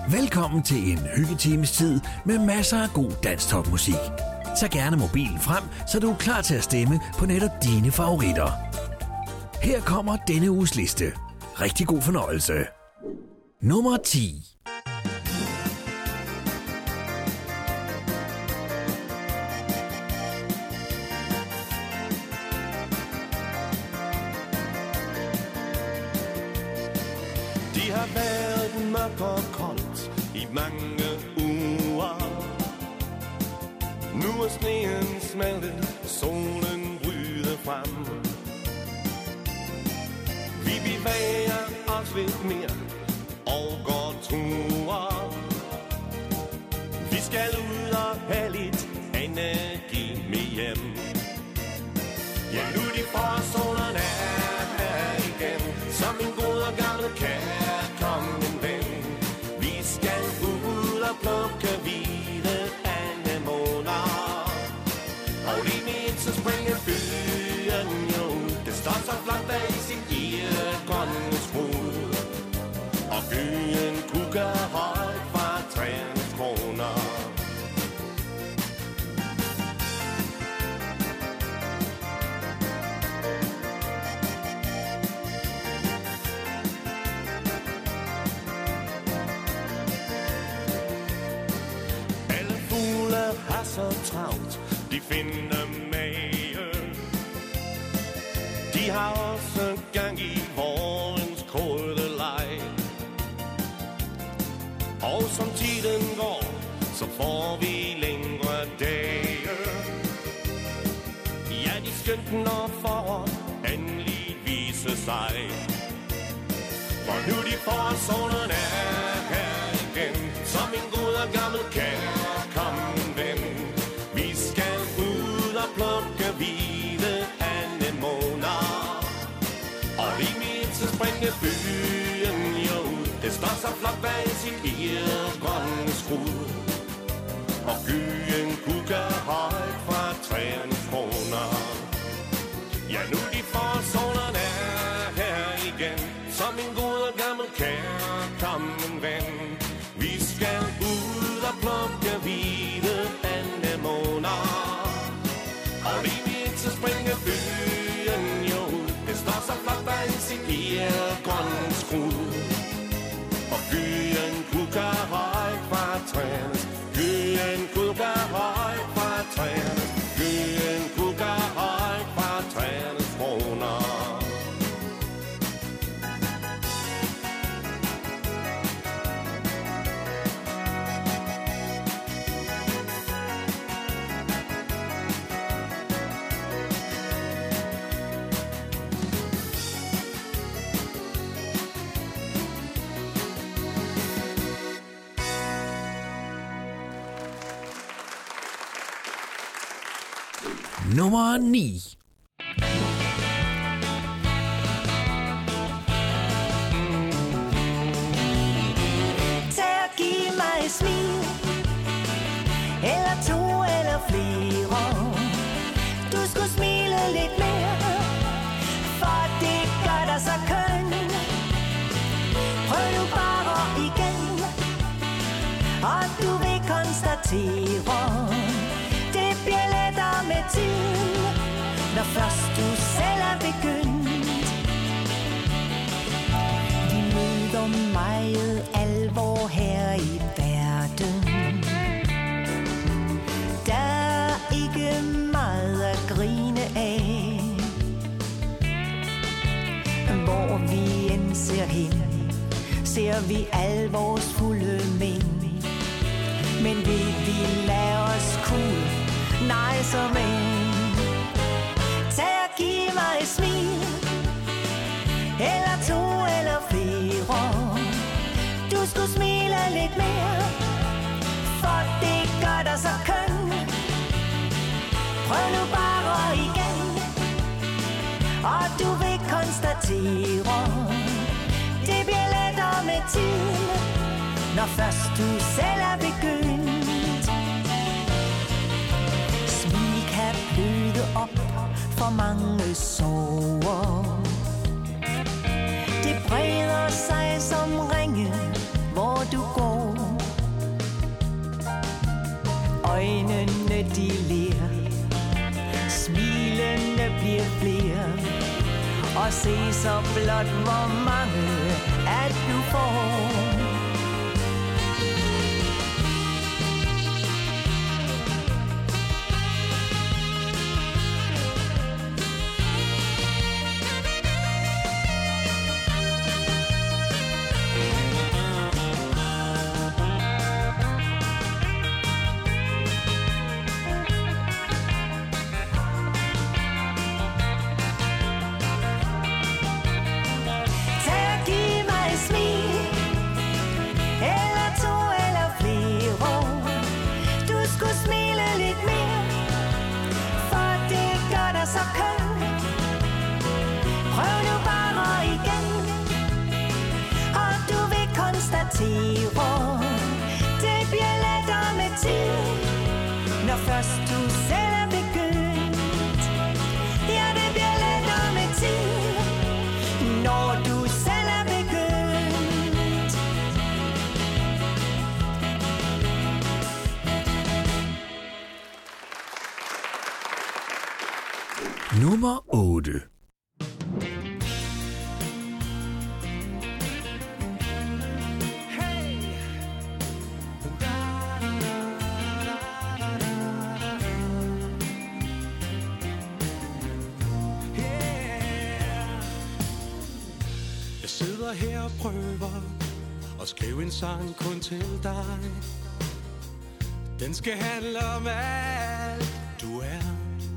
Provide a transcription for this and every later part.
Velkommen til en hyggetimes tid med masser af god dansktopmusik. Tag gerne mobilen frem, så du er klar til at stemme på netop dine favoritter. Her kommer denne uges liste. Rigtig god fornøjelse. Nummer 10. De har været mørk og koldt i mange uger. Nu er sneen smeltet, solen bryder frem. Vi bevæger os lidt mere og går ture. Vi skal ud og have lidt energi med hjem. Ja, nu de forårssolerne er her igen, som en god og gammel kærkommen ven. Vi skal ud og plukke hvide anemoner, og lige midt så springer byen jo. Det står så flot der i sin irgrønne skrud, og byen kugger højt fra træernes kroner. Har så travlt, de finder mage. De har også gang i vårens kådeleg. Og som tiden går, så får vi længere dage. Ja, de skønt når foråret endelig viser sig. For nu de forårssolerne er her igen, som en god og gammel kærkommen ven. Vi skal ud og plukke hvide anemoner, og lige midt så springer byen jo ud. Det står så flot bag sin irgrønne skrud, og byen kugger højt fra træernes kroner. Ja, nu de forårssolerne er her igen, som en god og gammel kærkommen ven. Vi skal ud og plukke hvide anemoner, og lige midt så springer byen jo ud. Det står så flot bag sin irgrønne skrud, og byen kugger højt fra træernes. Byen kugger højt fra træernes. Byen kugger højt fra træernes kroner. Nummer 9. Tag og giv mig et smil, eller to eller flere. Du skulle smile lidt mere, for det gør dig så køn. Prøv nu bare igen, og du vil konstatere, det bliver lettere med tiden, når først du selv er begyndt. Vi møder meget alvor her i verden. Der er ikke meget at grine af. Hvor vi end ser hen, ser vi al vores fulde mænd. Men vil vi lade os cool? Nej, så men. Tag og giv mig et smil, eller to eller flere. Du skulle smile lidt mere, for det gør dig så køn. Prøv nu bare igen, og du vil konstatere, det bliver lettere med tiden, når først du selv er begyndt. Smil kan bløde op for mange sorger. Det breder sig som ringe, hvor du går. og se så blot, hvor mange at du får. Det bliver lettere med tid, når først du selv er begyndt. Ja, det bliver lettere med tid, når du selv er begyndt. Nummer 8. Her og prøver at skrive en sang kun til dig. Den skal handle om alt du er.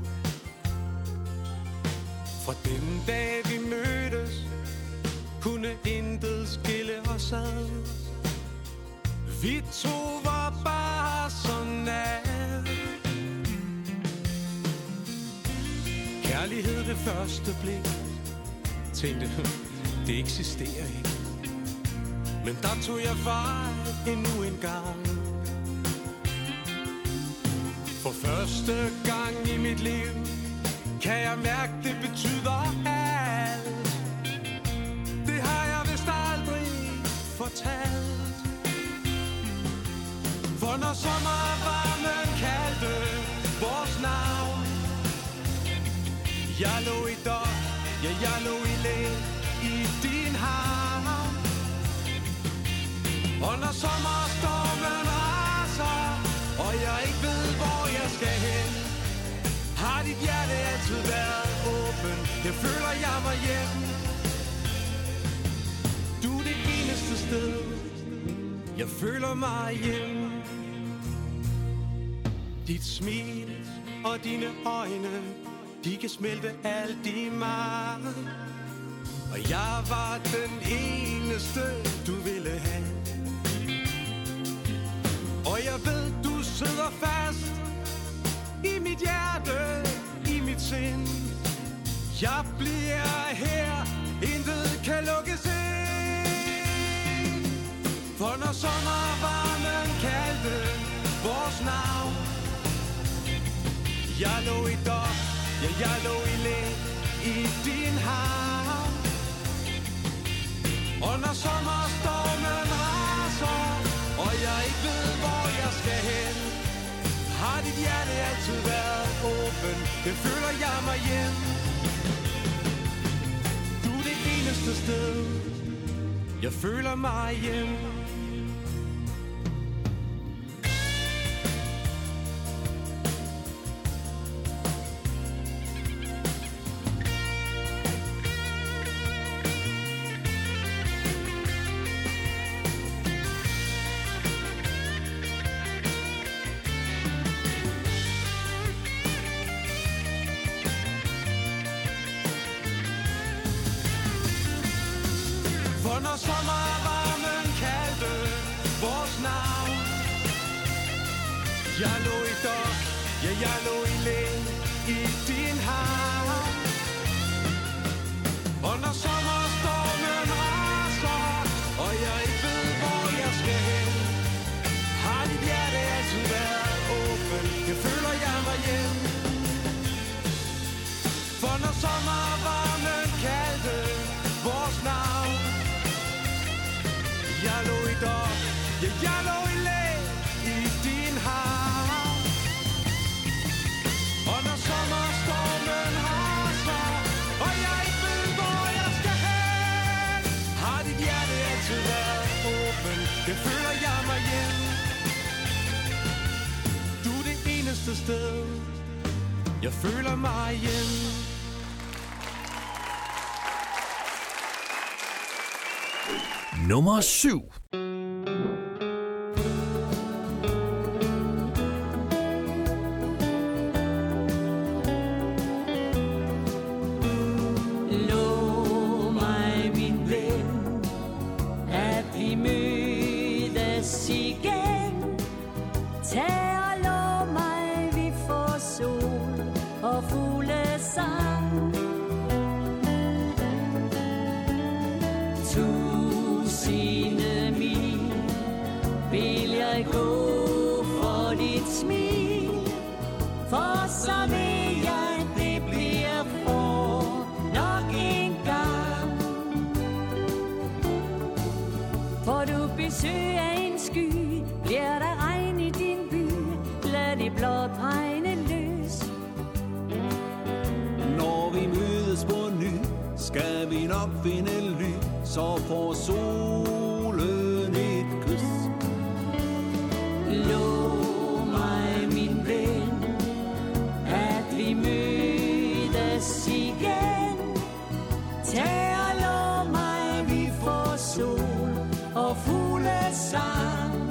Fra den dag vi mødtes, kunne intet skille os ad. Vi to var bare så nær. Kærlighed ved første blik. Tænkte, det eksisterer ikke. Men der tog jeg fejl endnu en gang. For første gang i mit liv kan jeg mærke, det betyder alt. Det har jeg vist aldrig fortalt. For når sommervarmen kaldte vores navn, jeg lå i dok, ja jeg lå i læ i din havn. Og når sommerstormen raser, og jeg ikke ved, hvor jeg skal hen, har dit hjerte altid været åben. Jeg føler, jeg var hjemme. Du er det eneste sted, jeg føler mig hjemme. Dit smil og dine øjne, de kan smelte alt i mig. Og jeg var den eneste, du ville have. Og jeg ved, du sidder fast i mit hjerte, i mit sind. Jeg bliver her, intet kan lukkes ind. For når sommervarmen kaldte vores navn, jeg lå i dok, ja jeg lå i læ i din havn. Og når sommerstormen raser, og jeg ikke ved, hvor jeg skal hen, har dit hjerte altid været åben. Det føler jeg mig hjemme. Du er det eneste sted, jeg føler mig hjemme. For når sommervarmen kaldte vores navn, jeg lå i dok, ja jeg lå i læ i din havn. Og når sommerstormen raser, og jeg ikke ved, hvor jeg skal hen, har dit hjerte altid været åben. Jeg føler, jeg var hjemme. For når sommervarmen kaldte vores navn, jeg lå i dok, ja jeg lå i læ i din havn. Og når sommerstormen raser, og jeg ikke ved, hvor eneste sted, jeg føler mig hjemme. Nummer 7. Lov mig, min ven, at vi mødes igen. Tag og lov mig, vi får sol og fuglesang. Tusinde mil vil jeg gå for dit smil, for så vil jeg, det bliver for nok en gang. For du besøg af en sky, bliver der regn i din by, lad det blot regne løs. Når vi mødes på ny, skal vi nok finde ly, så får solen et kys. Lov mig, min ven, at vi mødes igen. Tag og lov mig, vi får sol og fuglesang.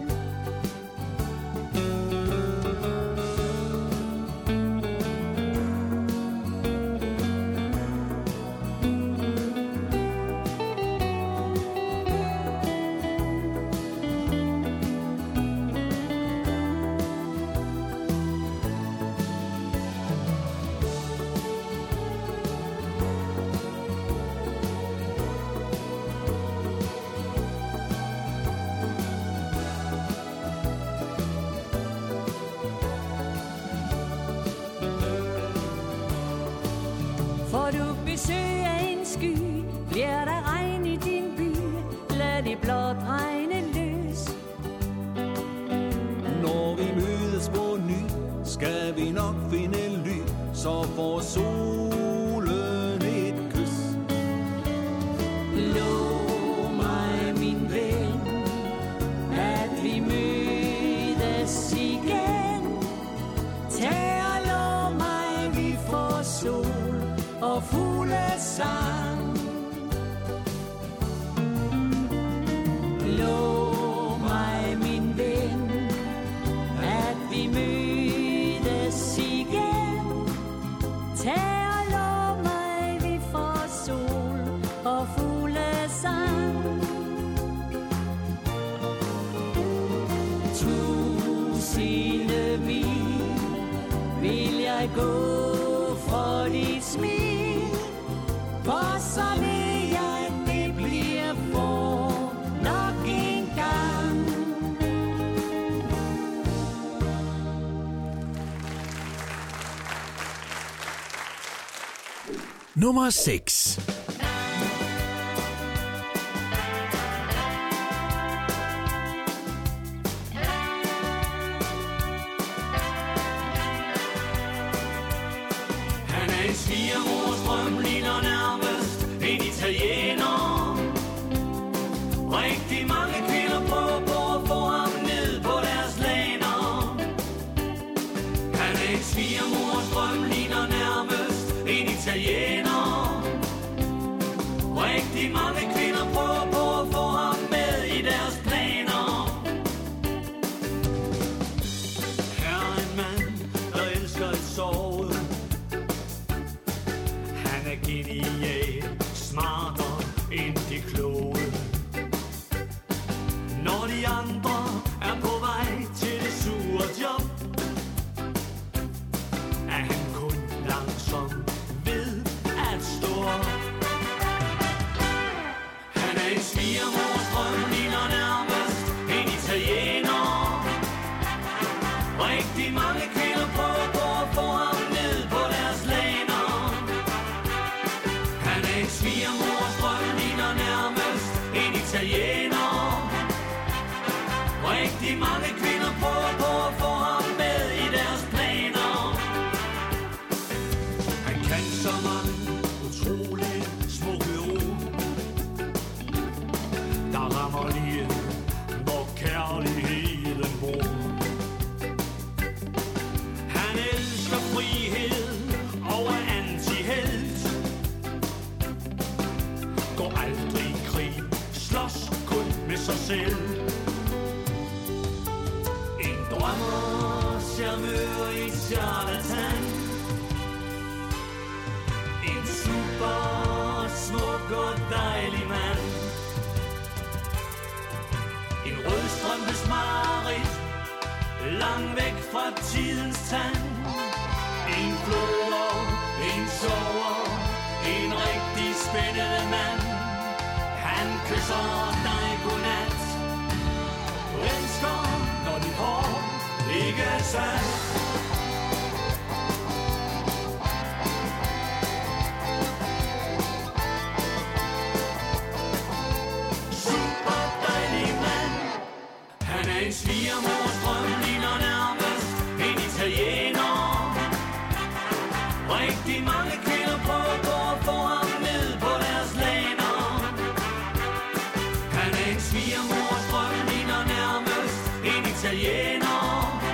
For du besøg af en sky, bliver der regn i din by, lad det blot regne løs. Når vi mødes på ny, skal vi nok finde ly, så får solen et kys. Lov mig, min ven, at vi mødes igen. Tag og lov mig, vi får sol og fuglesang. Lov mig, min ven, at vi mødes igen. Tag og lov mig, vi får sol og fuglesang. Tusinde mil vil jeg gå for dit smil, for så vil jeg, det bliver for nok en gang. Nummer 6. En svigermors drøm ligner nærmest en italiener. Rigtig mange kvinder prøver på at få ham ned på deres laner. Han er en svigermors drøm ligner nærmest en italiener. Rigtig mange kvinder prøver på at få ham med i deres planer. Her er en mand, der elsker at sove. Han er genial, smartere end de kloge. Når de andre er på vej til det sure job, er han kun langsom ved at stå op. Han er en svigermors drøm, ligner nærmest en italiener. Rigtig mange kvinder prøver på at få ham ned på deres laner. Han er en svigermors drøm, ligner nærmest sig selv. En drømmer, charmør i charlatan. En super smuk og dejlig mand. En rødstrømpes mareridt, langt væk fra tidens tand. En flår, en sover, en rigtig spændende mand. Han kysser dig godnat. Elsker, når de får, ikke sandt. Super dejlig mand. Han er en svigermors drøm, ligner nærmest en italiener. Rigtig mange kvinder prøver på at få ham ned på deres læner. Han er en svigermors drøm, ligner nærmest en italiener.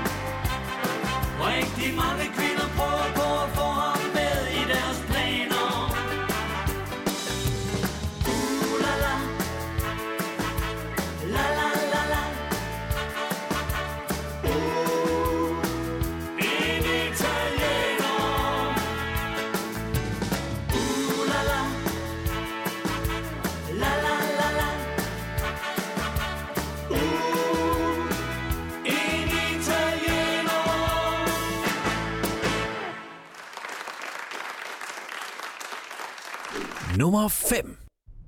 Rigtig mange kvinder prøver på at få ham med i deres planer. La la, la la la la. En italiener. La la, la la la la. En italiener. Nummer 5.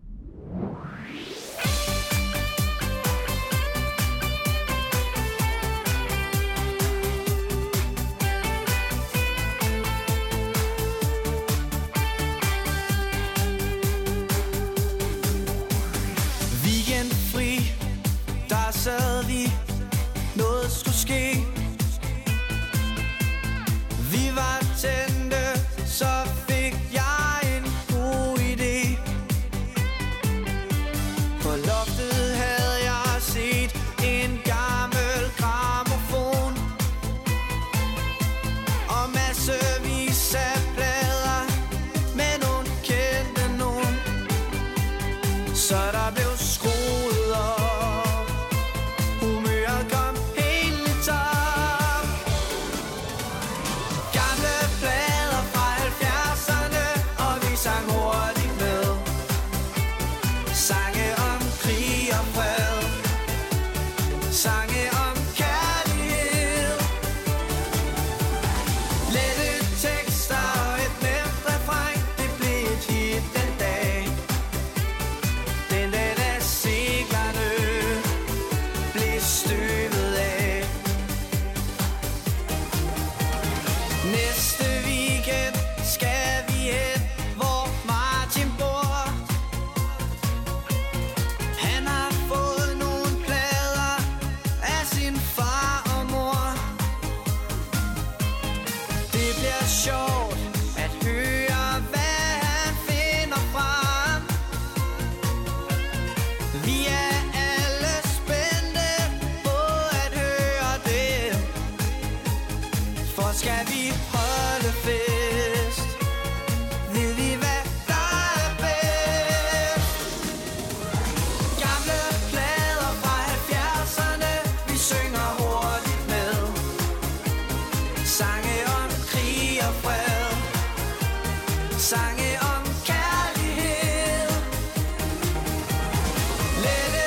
Weekendfri, der sad vi, noget skulle ske. Vi var tændte, så fik jeg en god idé. På loftet havde jeg set en gammel grammofon og massevis af plader med nogle kendte nogen. Så der blev skruet op, humøret kom helt i top. Gamle plader fra 70'erne, og vi sang hurtigt med. Sange om krig og fred, sange om kærlighed. Lette tekster og et nemt refræn, det blev et hit den dag. Den dag, da seglerne blev støvet af. Næste weekend skal vi hen, hvor Martin bor. Han har fået nogle plader af sin far og mor. Det bliver sjovt at høre, hvad han finder frem. Vi er alle spændte på at høre det. For skal vi holde fest, ved vi hvad der er bedst. Gamle plader fra 70'erne, vi synger hurtigt med. Sange om krig og fred, sange om kærlighed. Lette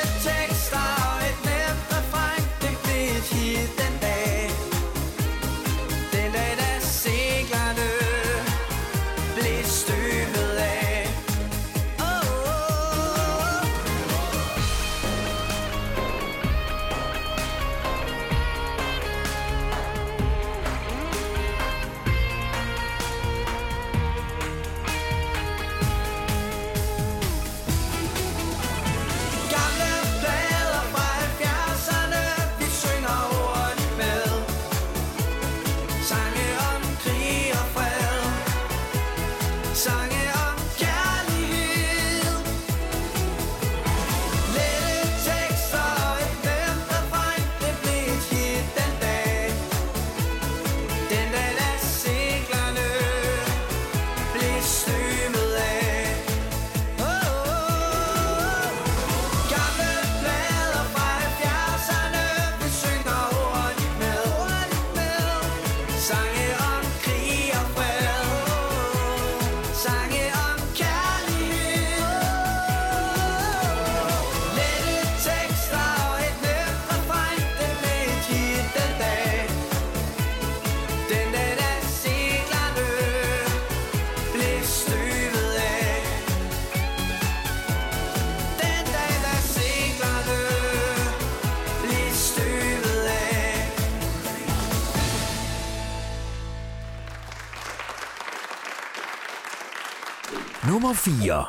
Nummer 4.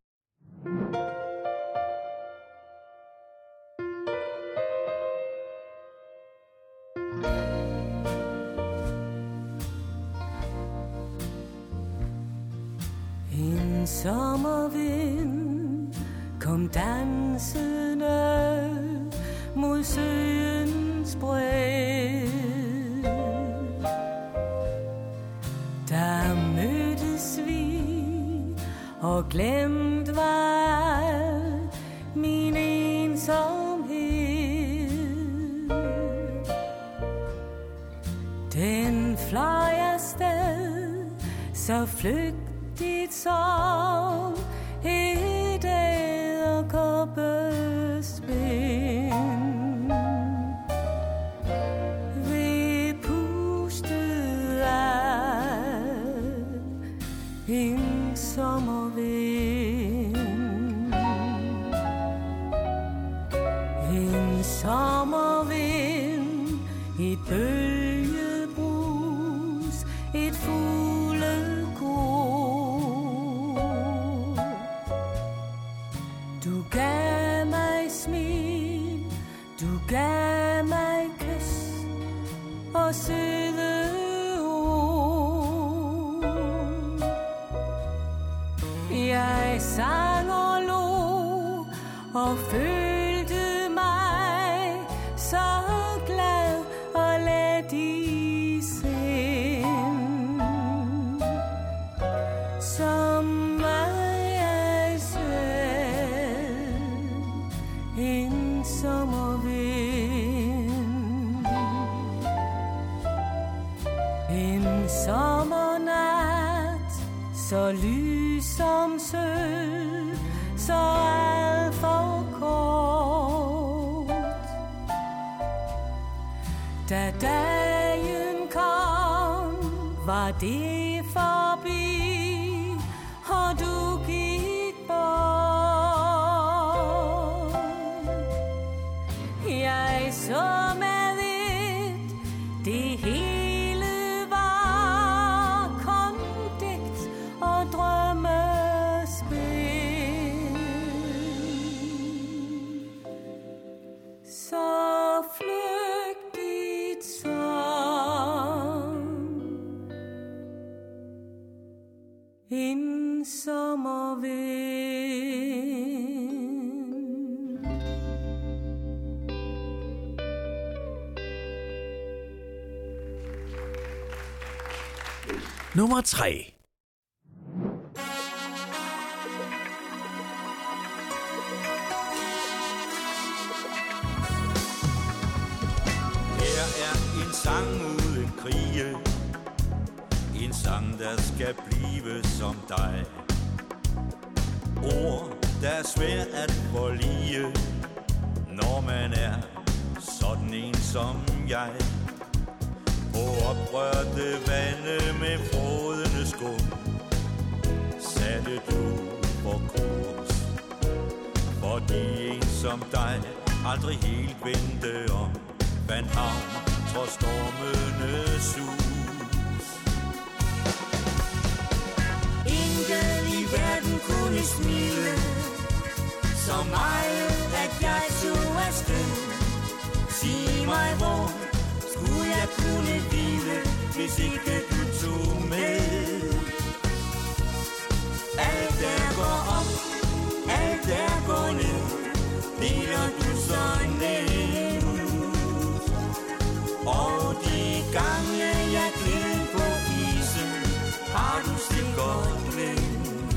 En sommervind kom dansende mod søens bred. Der mødtes vi og glemt var min ensomhed. Den fløj afsted så flygtigt som et edderkoppespind. Vi pustede af en sommervind. En sommervind, et bølgebrus, et fuglekor. Du gav mig smil, du gav mig kys og søde ord. Jeg sang og lå og følte mig så glad og let i sind. Som mig jeg selv en sommervind. En sommernat så lys som sølv, så alt for kort. Da dagen kom, var det forbi, og du gik bort. Jeg så med et, det hele var kun digt og drømmespil. Så flygtigt som en sommervind. Nummer 3. Her er en sang uden krige, en sang der skal blive som dig. Ord der er svært at forlige, når man er sådan en som jeg. På oprørte vande med frådende skum satte du på kurs, fordi en som dig aldrig helt vendte om, vandt havn trods stormenes sus. Intet i verden kunne smile så meget, at jeg tog afsted. Sig mig, hvor skulle jeg kunne hvile, hvis ikke du tog med? Alt der går op, alt der går ned, deler du så ned. Og de gange jeg gled på isen, har du sikkert glemt.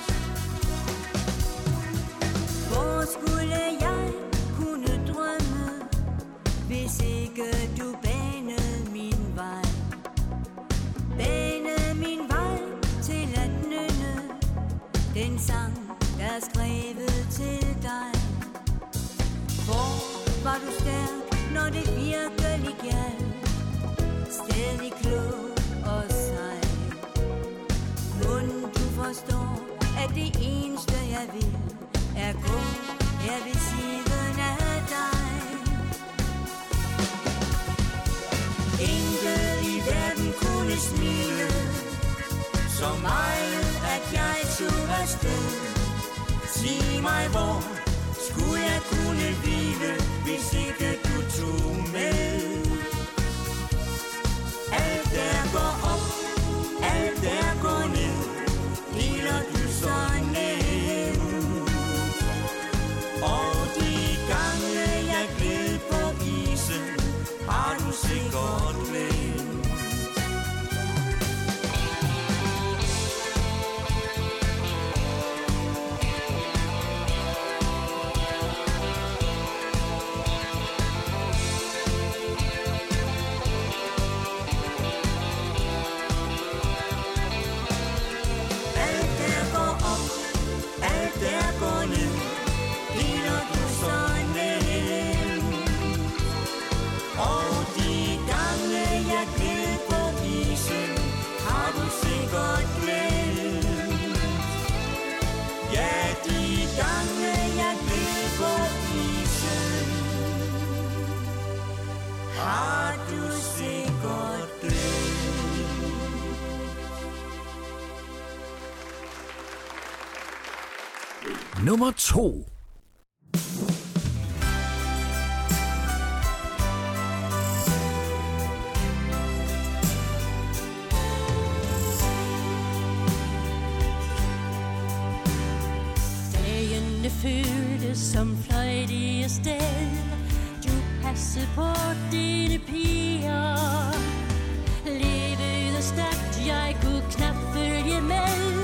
Hvor skulle jeg kunne drømme, hvis ikke du banede min vej? Banede min vej til at nynne den sang, der er skrevet til dig. Hvor var du stærk, når det virkelig gjaldt? Stadig klog og sej. Mon du forstår, at det eneste jeg vil er gå her ved siden af dig. Intet i verden kunne smile så meget, at jeg tog sted. Sig mig, hvor skulle jeg kunne hvile, hvis ikke du tog med? Alt der går op, alt der går ned, deler du så ned. Og de gange jeg gled på isen, har du sikkert glemt. Nummer 2. Dagene føltes som fløjtige sted. Du passede på dine piger. Levede stærkt, jeg kunne knap følge med.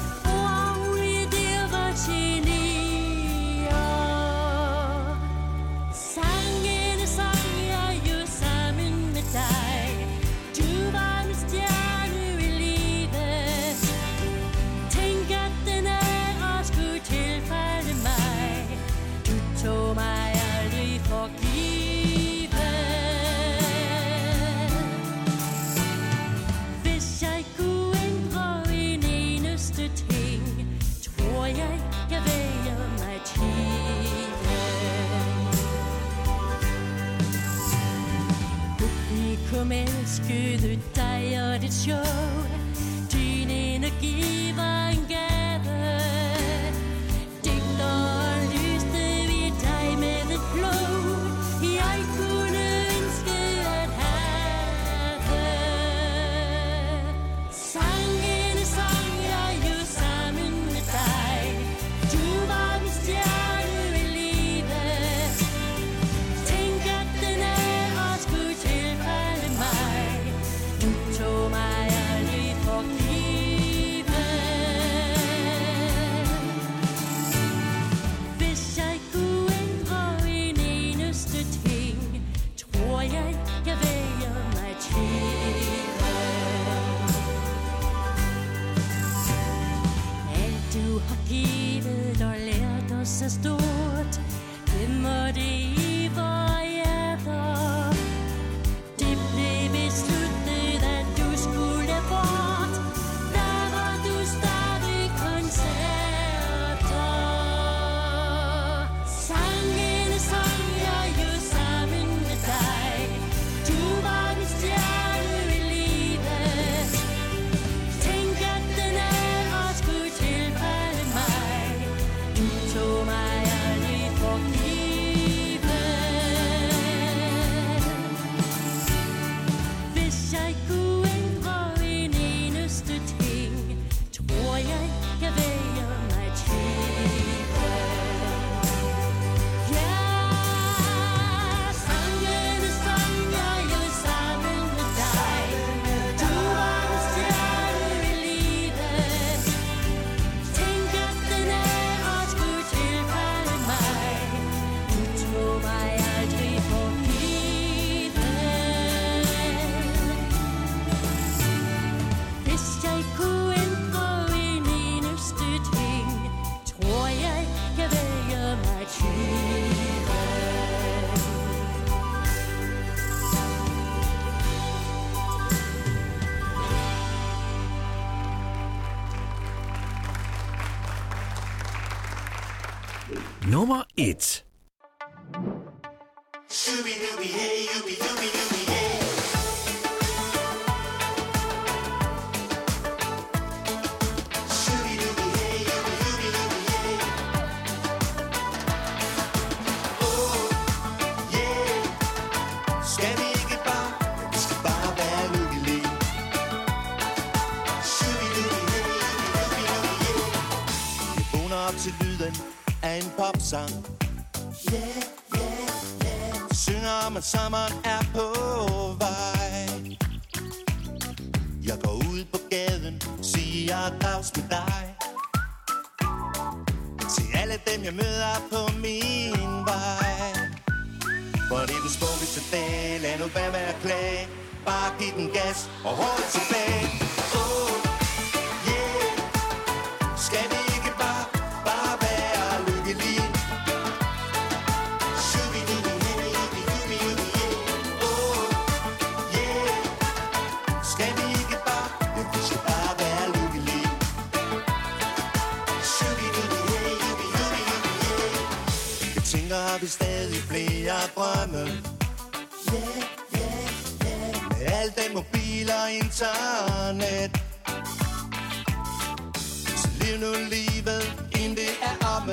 Sangene sang jeg jo sammen med dig. Du var min stjerne i livet. Tænk at den ære skulle tilfalde mig. Du tog mig aldrig for givet. Hvis jeg kunne ændre en eneste ting, tror jeg vælger mig tiden. Publikum elskede dig og dit show. Din energi var en gave. Digter lyste ved dig med et flow. Jeg kunne ønske at have. Sangene sang jeg jo sammen med dig. Du var min stjerne i livet. Tænk at den ære skulle tilfalde mig. Du tog mig aldrig for givet. Hvis jeg kunne ændre en eneste ting, tror jeg vælger mig tiden. Alt du har givet og lært os er stort. Gem og det i vore hjerter. Det blev besluttet, at du skulle bort. Der var du stadig koncerter. Sangene sang jeg jo sammen med dig. Du var min stjerne i livet. Tænk at den ære skulle tilfalde mig. Du tog mig aldrig for givet. Hvis jeg kunne ændre en eneste ting, tror jeg vælger mig tiden. Ja, sangene sang jeg jo sammen med dig. Du var min stjerne i livet. Tænk at den ære skulle tilfalde mig. Du tog mig aldrig for givet. Hvis jeg kunne ændre en eneste ting, tror jeg vælger mig tiden. Nummer 1. Shooby-dooby, hey, Synger om, at sommeren er på vej. Jeg går ud på gaden, siger dags med dig. Til alle dem, jeg møder på min vej. For det er den smukkeste dag, lad nu være med at klage. Bare giv den gas og hold tilbage. Oh, yeah. Skal vi ikke bare være lykkelige? Oh, yeah. Skal vi ikke vi skal bare være lykkelige. Jeg tænker, har vi stadig flere drømme? Med alt den mobil og internet. Så lev nu livet, inden det er omme.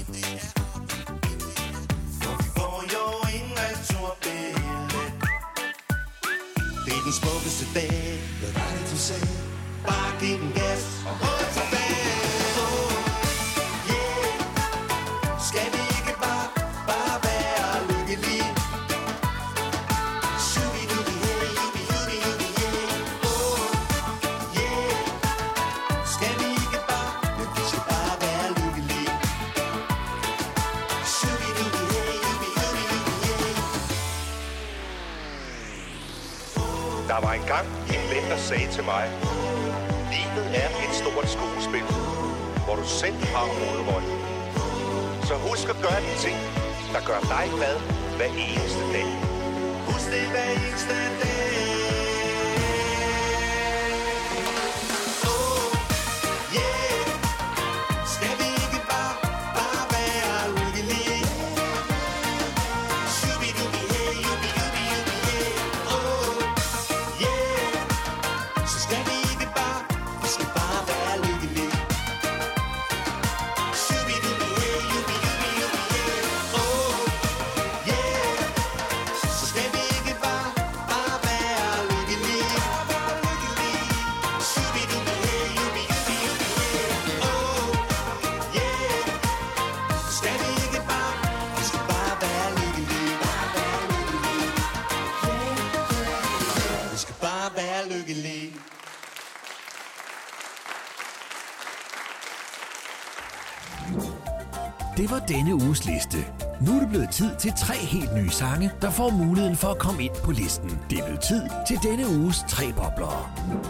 For vi får jo ingen returbillet. Det er den smukkeste dag. Hvad var det, du sagde? Bare giv den gas og hold tilbage. Oh, yeah. Skal vi ikke bare være lykkelige? Der var engang en ven, der sagde til mig: livet er et stort skuespil, hvor du selv har hovedrollen. Så husk at gøre de ting, der gør dig glad hver eneste dag. Husk det hver eneste dag. Oh, yeah. Skal vi ikke bare være lykkelige? Shubi-dubi-hey, yubi-yubi-yubi-hey. Oh, yeah. Så skal vi ikke vi skal bare være lykkelige. Shubi-dubi-hey, yubi-yubi-yubi-hey. Oh, yeah. Så skal vi ikke bare være lykkelige. Shubi-dubi-hey, yubi-yubi-yubi-hey. Oh, yeah. Så skal vi ikke vi skal bare være lykkelige. Vi skal bare være lykkelige. Det var denne uges liste. Nu er det blevet tid til 3 helt nye sange, der får muligheden for at komme ind på listen. Det er blevet tid til denne uges 3 boblere.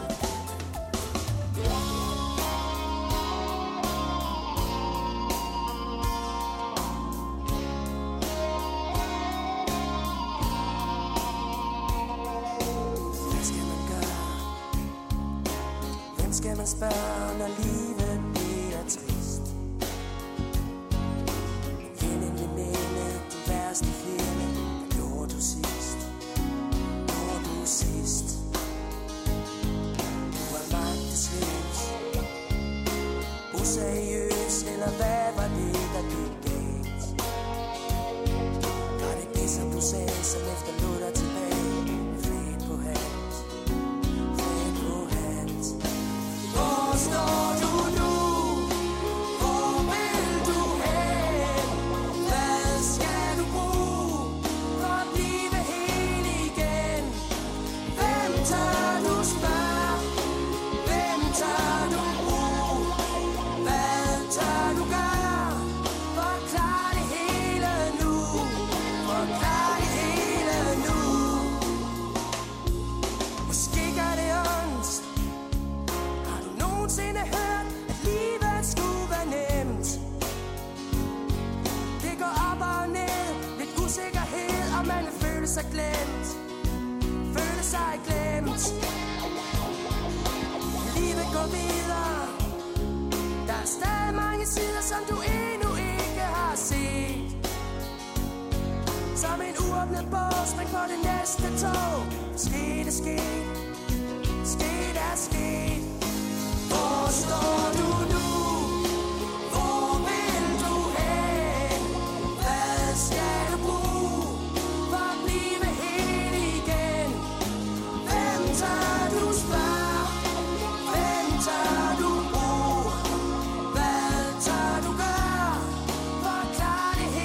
Hvad skal man gøre? Hvem skal man spørge, når livet bliver trist? Find en veninde, din værste fjende. Hvad gjorde du sidst? Du er magtesløs, useriøs, eller hvad var det, der gik galt? Var det det, som du sagde, som efterlod dig tilbage? Flæt på hans, flæt på hans. Hvor står du nu? Hvor vil du hen? Hvad skal du bruge for at blive hel igen? Hvem tør du spørge? Hvem tør du bruge? Hvad tør du gøre? Forklar det hele nu. Forklar det hele nu. Måske gør det ondt. Har du nogensinde hørt, at livet skulle være nemt? Det går op og ned, lidt usikkerhed, og man vil føle sig glemt. Føle sig glemt. Livet går videre. Der er stadig mange sider, som du endnu ikke har set. Som en uåbnet bog, spring på det næste tog. Sket er sket, sket er sket. Hvor står du nu? Hvor vil du hen? Hvad skal du bruge for at blive hel igen? Hvem tør du spørge? Hvem tør du bruge? Hvad tør du gøre? Forklar det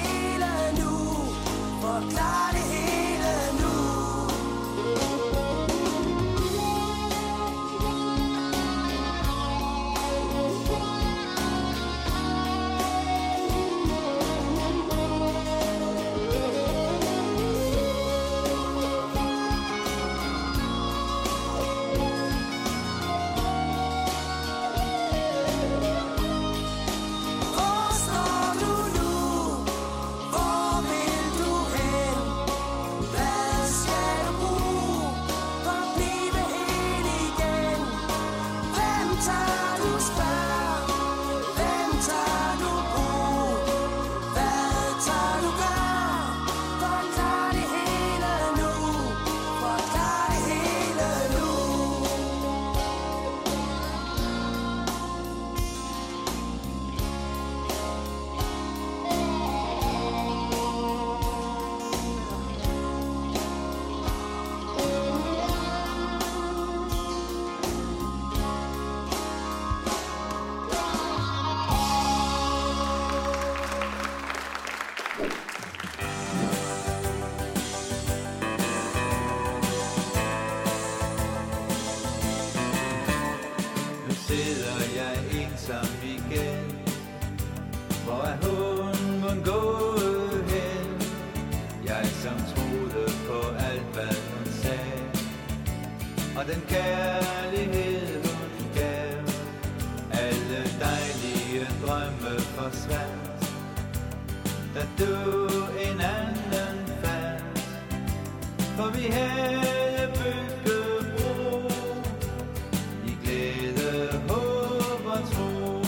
den kærlighed hun gav. Alle dejlige drømme forsvandt, da du en anden fandt. For vi havde bygget bro i glæde, håb og tro.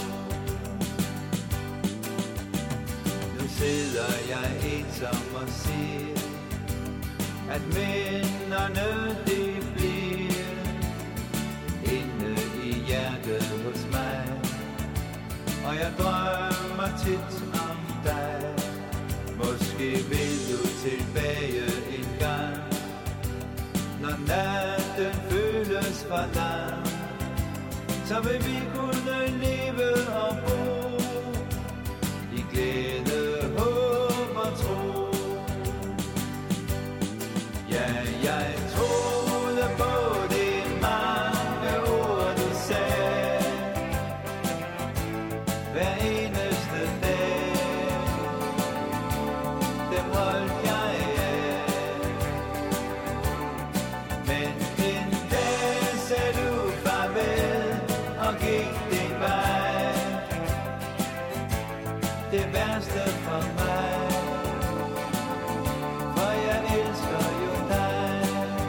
Nu sidder jeg ensom og siger, at minderne de bliver inde i hjertet hos mig. Og jeg drømmer tit om dig. Måske vil du tilbage en gang, når natten føles for lang. Så vil vi kunne leve og bo i glæde, håb og tro. Ja, jeg troede på de mange ord du sagde hver eneste dag. Dem holdt jeg af. Men en dag sagde du farvel og gik din vej. Det værste for mig, for jeg elsker jo dig.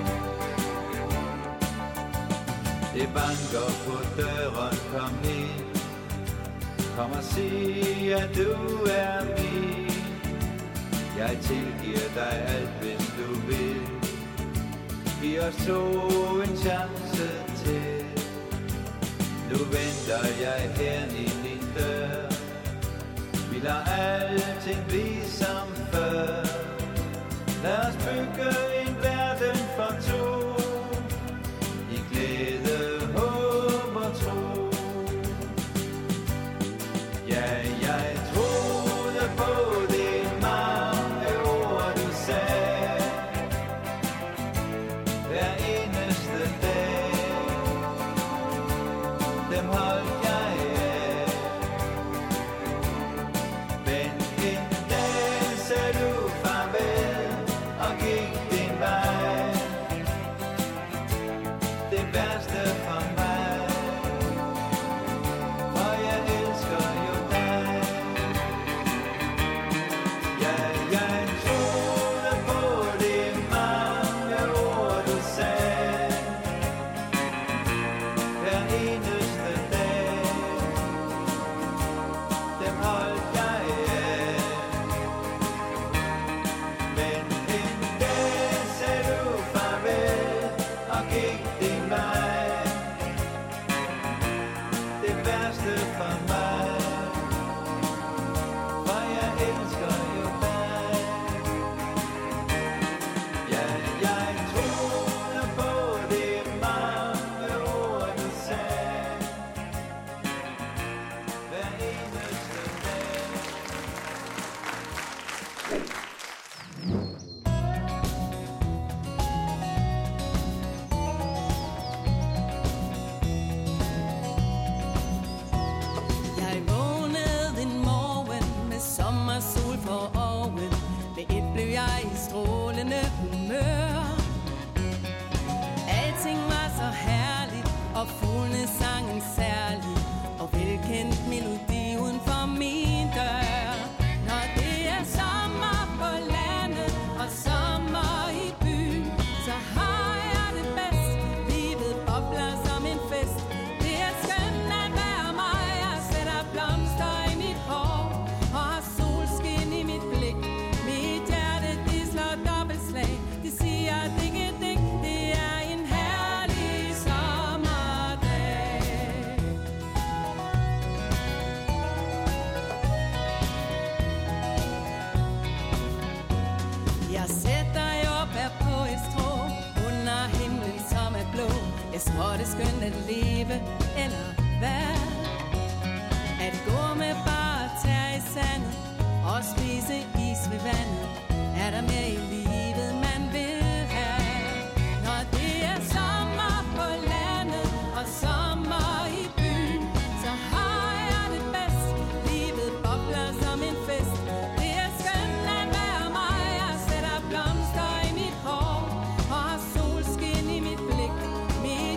Det banker på døren, kom ind. Kom og sig, at du er min. Jeg tilgiver dig alt, hvis du vil. Giv os to en chance til. Nu venter jeg her i din dør. Vi lader alting blive som før. Lad os bygge en verden for to i glæde, håb og tro. Ja, jeg troede på de mange ord du sagde hver eneste dag. Dem holdt jeg af. Men en dag sagde du farvel og gik din vej. Det værste for mig, for jeg elsker jo dig. Ja, jeg troede på de mange ord du sagde hver eneste dag. Dem holdt jeg af. Men en dag sagde du farvel og gik din vej. Det værste for mig, for jeg elsker jo dig. Ja, jeg troede på de mange ord du sagde hver eneste dag. Jeg vågnede en morgen med sommersol for øjen. Ved et blev jeg i strålende humør. Alting var så herligt, og fuglene sangen særlig, og velkendt melodi uden for min dør. Når det er sommer på landet og sommer i byen, så har jeg det bedst. Livet bobler som en fest. Det er skønt at være mig. Jeg sætter blomster i mit hår og har solskin i mit blik. Mit hjerte, det slår dobbeltslag. Det siger digge dig, det er en herlig sommerdag. Jeg sætter jordbær på et strå under himlen som er blå. Jeg tror det er skønt at leve eller være. At gå med bare tær i sandet og spise is ved vandet. Er der mere i livet man vil have? Når det er sommer på landet og sommer i byen, så har jeg det bedst. Livet bobler som en fest. Det er skønt at være mig. Jeg sætter blomster i mit hår og har solskin i mit blik. Mit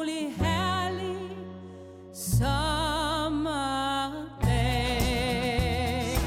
utrolig herlig sommerdag.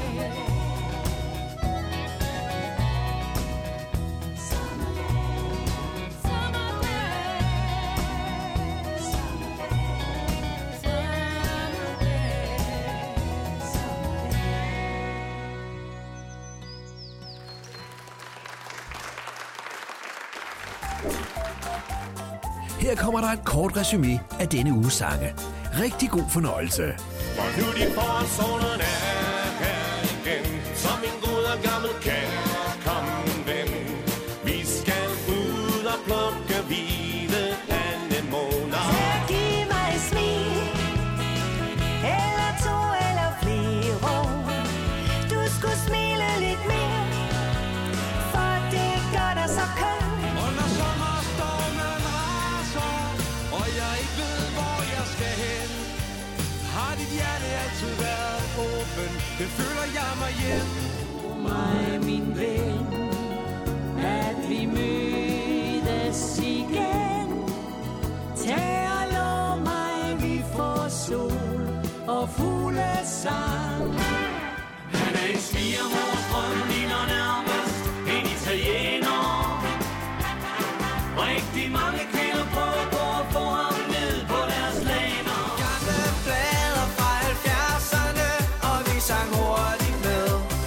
Her kommer der et kort resumé af denne uges sange. Rigtig god fornøjelse. For nu de forårssolerne er her igen, som en god og gammel kærkommen ven. Vi skal ud og plukke hvide anemoner. Giv mig et smil, eller to eller flere. Du skulle smile lidt mere, for det gør dig så køn. Og når sommerstormen raser, og jeg ikke ved, hvor jeg skal hen, har dit hjerte altid været åben, det føler jeg mig hjem. Mig, min ven, at vi mødes igen. Tag og lov mig, vi får sol og fuglesang. Han er en svigermorstrøm, ligner nærmest en italiener. Rigtig mange kvinder prøver på at få ham ned på deres laner. Gamle plader fra 70'erne, og vi sang hurtigt med.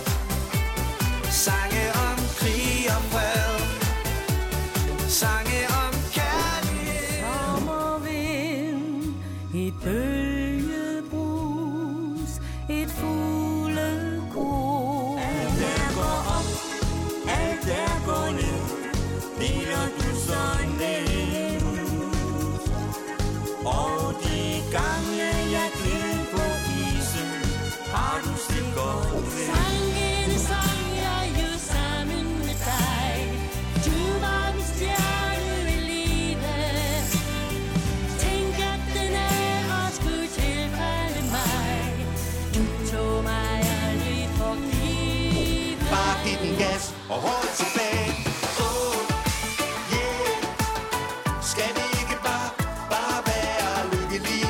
Sange om krig og fred, sange om kærlighed. Sommervind, et bølgebrus, et fuglekor. Alt der går op, alt der går ned, deler du så nemt. Og de gange jeg gled på isen, har du set godt ved. Sangene sang jeg jo sammen med dig. Du var min stjerne i livet. Tænk at den ære skulle tilfalde mig. Du tog mig aldrig for givet. Bare giv den gas og hold tilbage. Oh, yeah. Skal vi ikke bare være lykkelige?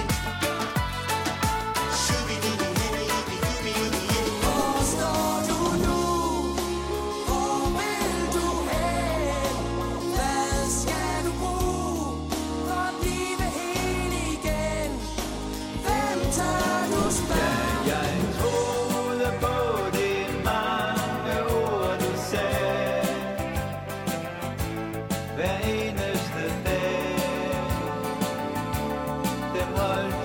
Hvor står du nu? Hvor vil du hen? Hvad skal du bruge for at blive hel igen? Hvem tør du spørge? Jeg troede på de mange ord, du sagde hver eneste dag. Dem holdt